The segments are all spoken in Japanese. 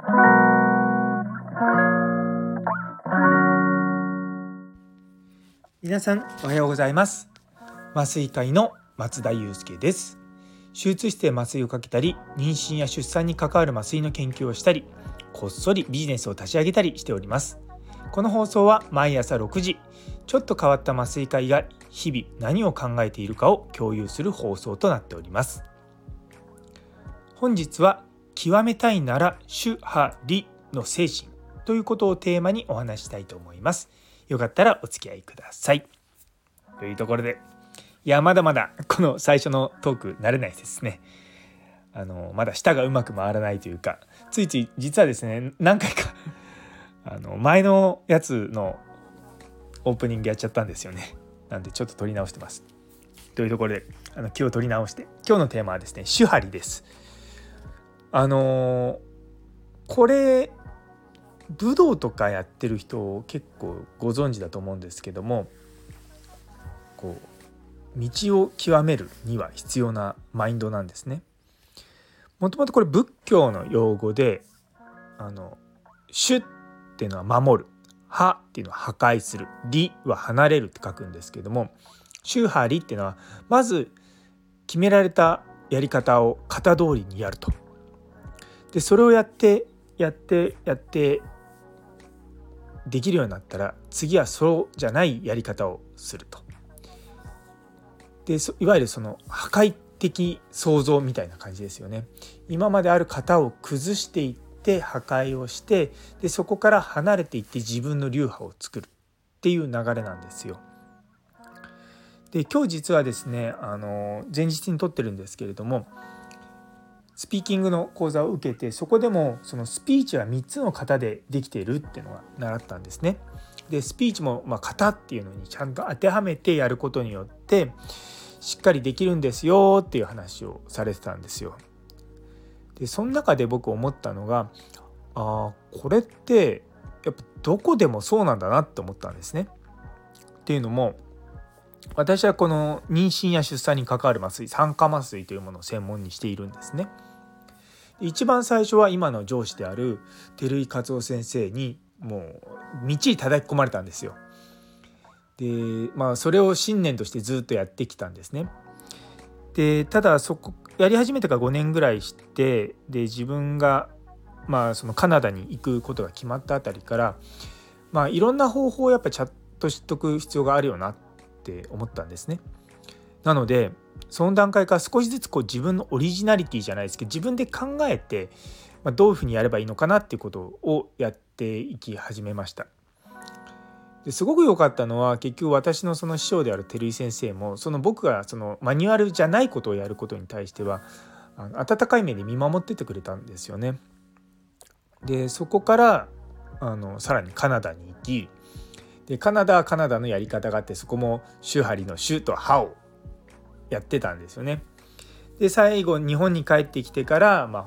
皆さんおはようございます。麻酔科医の松田祐介です。手術室で麻酔をかけたり、妊娠や出産に関わる麻酔の研究をしたり、こっそりビジネスを立ち上げたりしております。この放送は毎朝6時、ちょっと変わった麻酔科医が日々何を考えているかを共有する放送となっております。本日は極めたいなら主派理の精神ということをテーマにお話したいと思います。よかったらお付き合いください。というところで、まだまだこの最初のトーク慣れないですね。まだ舌がうまく回らないというか、ついつい実はですね、何回か前のやつのオープニングやっちゃったんですよね。なんでちょっと撮り直してます。というところで、気を取り直して、今日のテーマはですね、手張りです。これ武道とかやってる人結構ご存知だと思うんですけども、こう道を極めるには必要なマインドなんですね。もともとこれ仏教の用語で、主っていうのは守る、破っていうのは破壊する、理は離れるって書くんですけども、主派理っていうのはまず決められたやり方を型通りにやると。でそれをやってできるようになったら、次はそうじゃないやり方をすると。でいわゆるその破壊的創造みたいな感じですよね。今まである型を崩していって破壊をして、でそこから離れていって自分の流派を作るっていう流れなんですよ。で今日実はですね、前日に撮ってるんですけれども、スピーキングの講座を受けて、そこでもそのスピーチは3つの型でできているっていうのが習ったんですね。でスピーチも型っていうのにちゃんと当てはめてやることによってしっかりできるんですよっていう話をされてたんですよ。でその中で僕思ったのが、これってやっぱどこでもそうなんだなって思ったんですね。っていうのも、私はこの妊娠や出産に関わる麻酔、産科麻酔というものを専門にしているんですね。一番最初は今の上司である照井和夫先生にもうみっちり叩き込まれたんですよ。でそれを信念としてずっとやってきたんですね。でただそこやり始めてから5年ぐらいして、で自分がそのカナダに行くことが決まったあたりから、いろんな方法をやっぱりちゃんと知っとく必要があるよなって思ったんですね。なのでその段階から少しずつ自分のオリジナリティじゃないですけど、自分で考えて、どういうふうにやればいいのかなっていうことをやっていき始めました。ですごく良かったのは、結局私のその師匠である照井先生も、その僕がそのマニュアルじゃないことをやることに対しては温かい目で見守っててくれたんですよね。でそこからさらにカナダに行き、でカナダはカナダのやり方があって、そこも手張りの手と刃をやってたんですよね。で最後日本に帰ってきてから、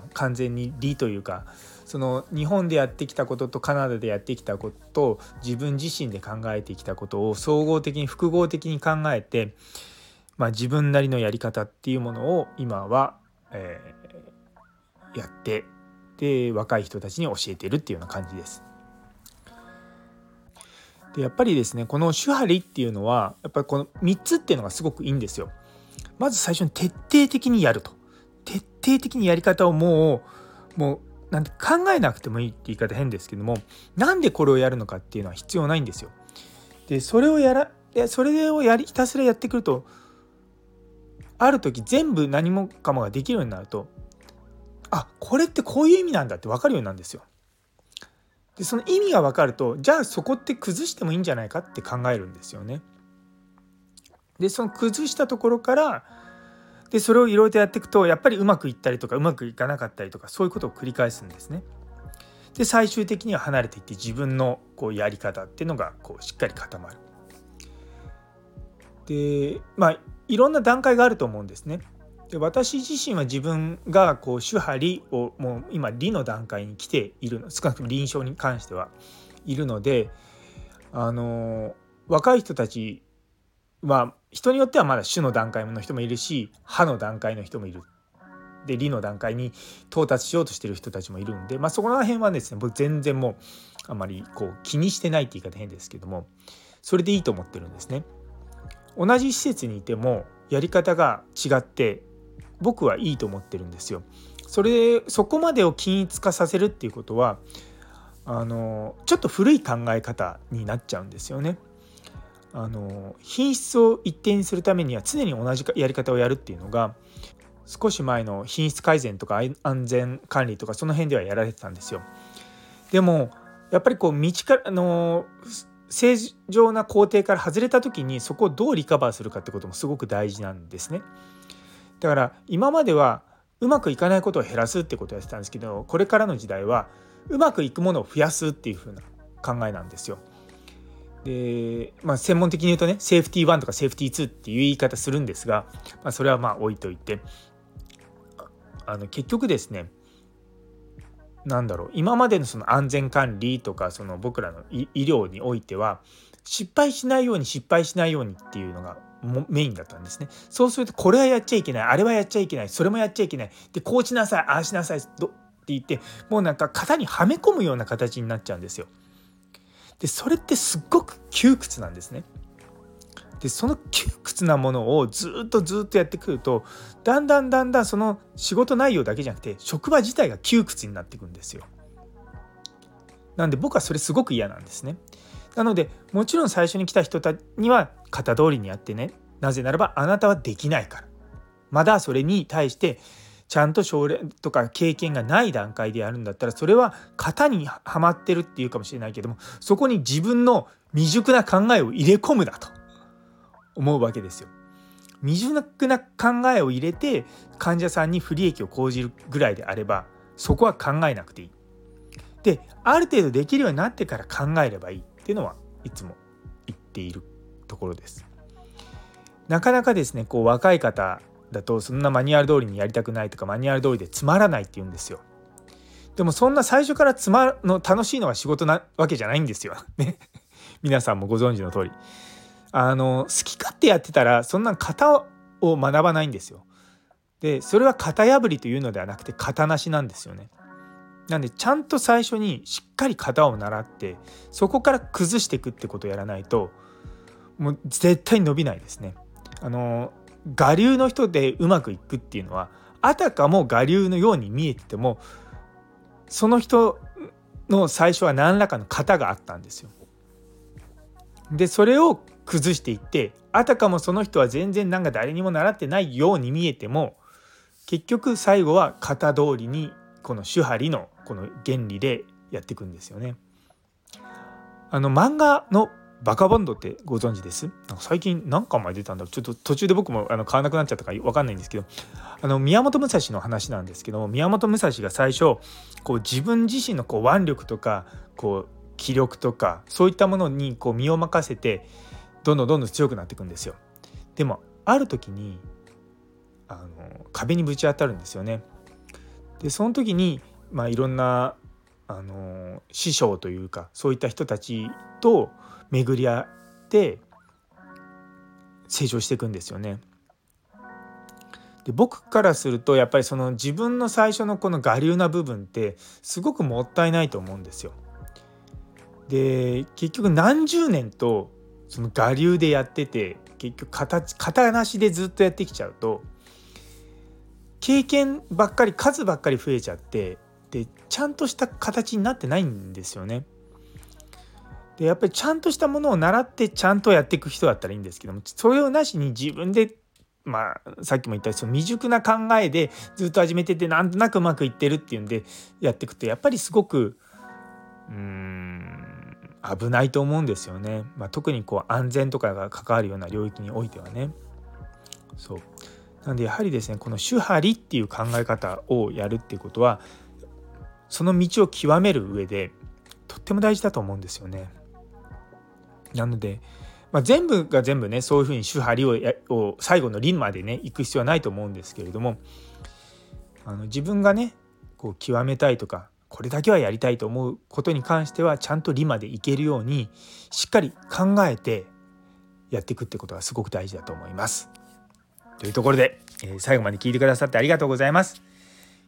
完全に理というか、その日本でやってきたこととカナダでやってきたことと自分自身で考えてきたことを総合的に複合的に考えて、自分なりのやり方っていうものを今は、やって、で若い人たちに教えているっていうような感じです。でやっぱりですね、この手張りっていうのはやっぱりこの3つっていうのがすごくいいんですよ。まず最初に徹底的にやると。徹底的にやり方をもうなんて考えなくてもいいって言い方変ですけども、なんでこれをやるのかっていうのは必要ないんですよ。でそれをひたすらやってくると、ある時全部何もかもができるようになると、これってこういう意味なんだって分かるようになるんですよ。でその意味が分かると、じゃあそこって崩してもいいんじゃないかって考えるんですよね。でその崩したところからでそれをいろいろとやっていくと、やっぱりうまくいったりとかうまくいかなかったりとか、そういうことを繰り返すんですね。で最終的には離れていって、自分のやり方っていうのがしっかり固まる。でいろんな段階があると思うんですね。で私自身は自分が手張りをもう今理の段階に来ているの、少なくとも臨床に関してはいるので、若い人たちは人によってはまだ主の段階の人もいるし、歯の段階の人もいる。 で理の段階に到達しようとしている人たちもいるんで、そこら辺はですね僕全然もうあまり気にしてないって言い方変ですけども、それでいいと思ってるんですね。同じ施設にいてもやり方が違って僕はいいと思ってるんですよ。そこまでを均一化させるっていうことはちょっと古い考え方になっちゃうんですよね。品質を一定にするためには常に同じやり方をやるっていうのが少し前の品質改善とか安全管理とかその辺ではやられてたんですよ。でもやっぱり道から正常な工程から外れた時にそこをどうリカバーするかってこともすごく大事なんですね。だから今まではうまくいかないことを減らすってことをやってたんですけど、これからの時代はうまくいくものを増やすっていう風な考えなんですよ。で、専門的に言うとねセーフティー1とかセーフティー2っていう言い方するんですが、それは置いといて結局ですね今までのその安全管理とかその僕らの医療においては失敗しないようにっていうのがメインだったんですね。そうするとこれはやっちゃいけない、あれはやっちゃいけない、それもやっちゃいけないで、こうしなさいああしなさいって言ってもう型にはめ込むような形になっちゃうんですよ。でそれってすっごく窮屈なんですね。でその窮屈なものをずっとやってくるとだんだんその仕事内容だけじゃなくて職場自体が窮屈になっていくんですよ。なんで僕はそれすごく嫌なんですね。なのでもちろん最初に来た人たちには型通りにやってね、なぜならばあなたはできないから、まだそれに対してちゃんと症例とか経験がない段階でやるんだったらそれは型にはまってるっていうかもしれないけども、そこに自分の未熟な考えを入れ込むなと思うわけですよ。未熟な考えを入れて患者さんに不利益を講じるぐらいであればそこは考えなくていい。である程度できるようになってから考えればいいっていうのはいつも言っているところです。なかなかですね若い方だとそんなマニュアル通りにやりたくないとかマニュアル通りでつまらないって言うんですよ。でもそんな最初から楽しいのが仕事なわけじゃないんですよね。皆さんもご存知の通り好き勝手やってたらそんな型を学ばないんですよ。でそれは型破りというのではなくて型なしなんですよね。なんでちゃんと最初にしっかり型を習ってそこから崩していくってことをやらないともう絶対伸びないですね。我流の人でうまくいくっていうのはあたかも我流のように見えててもその人の最初は何らかの型があったんですよ。でそれを崩していってあたかもその人は全然誰にも習ってないように見えても結局最後は型通りにこの手張りのこの原理でやっていくんですよね。漫画のバカボンドってご存知です？最近何巻前出たんだろう、ちょっと途中で僕も買わなくなっちゃったから分かんないんですけど宮本武蔵の話なんですけど、宮本武蔵が最初自分自身の腕力とか気力とかそういったものに身を任せてどんどん強くなっていくんですよ。でもある時に壁にぶち当たるんですよね。でその時にいろんな師匠というかそういった人たちと巡り合って成長していくんですよね。で僕からするとやっぱりその自分の最初のこの我流な部分ってすごくもったいないと思うんですよ。で結局何十年とその我流でやってて結局型なしでずっとやってきちゃうと経験ばっかり数ばっかり増えちゃってでちゃんとした形になってないんですよね。でやっぱりちゃんとしたものを習ってちゃんとやっていく人だったらいいんですけども、それをなしに自分でさっきも言ったその未熟な考えでずっと始めててなんとなくうまくいってるっていうんでやっていくとやっぱりすごく危ないと思うんですよね。特に安全とかが関わるような領域においてはね。そうなんでやはりですねこの手張りっていう考え方をやるっていうことはその道を極める上でとっても大事だと思うんですよね。なので、全部が全部ねそういうふうに手張りを最後の輪までね行く必要はないと思うんですけれども、自分がね極めたいとかこれだけはやりたいと思うことに関してはちゃんと輪まで行けるようにしっかり考えてやっていくってことがすごく大事だと思います。というところで、最後まで聞いてくださってありがとうございます。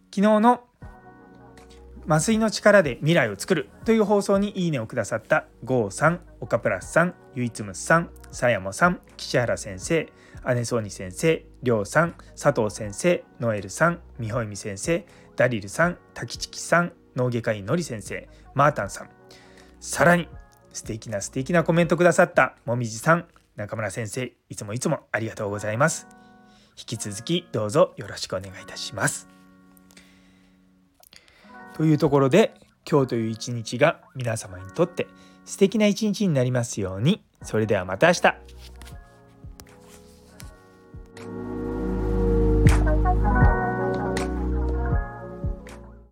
昨日の麻酔の力で未来を作るという放送にいいねをくださったゴーさん、岡プラスさん、ゆいつむさん、さやもさん、岸原先生、姉そうに先生、りょうさん、佐藤先生、ノエルさん、みほいみ先生、ダリルさん、たきちきさん、脳外科医のり先生、マータンさん、さらに素敵なコメントくださったもみじさん、中村先生、いつもありがとうございます。引き続きどうぞよろしくお願いいたします。というところで、今日という一日が皆様にとって素敵な一日になりますように。それではまた明日。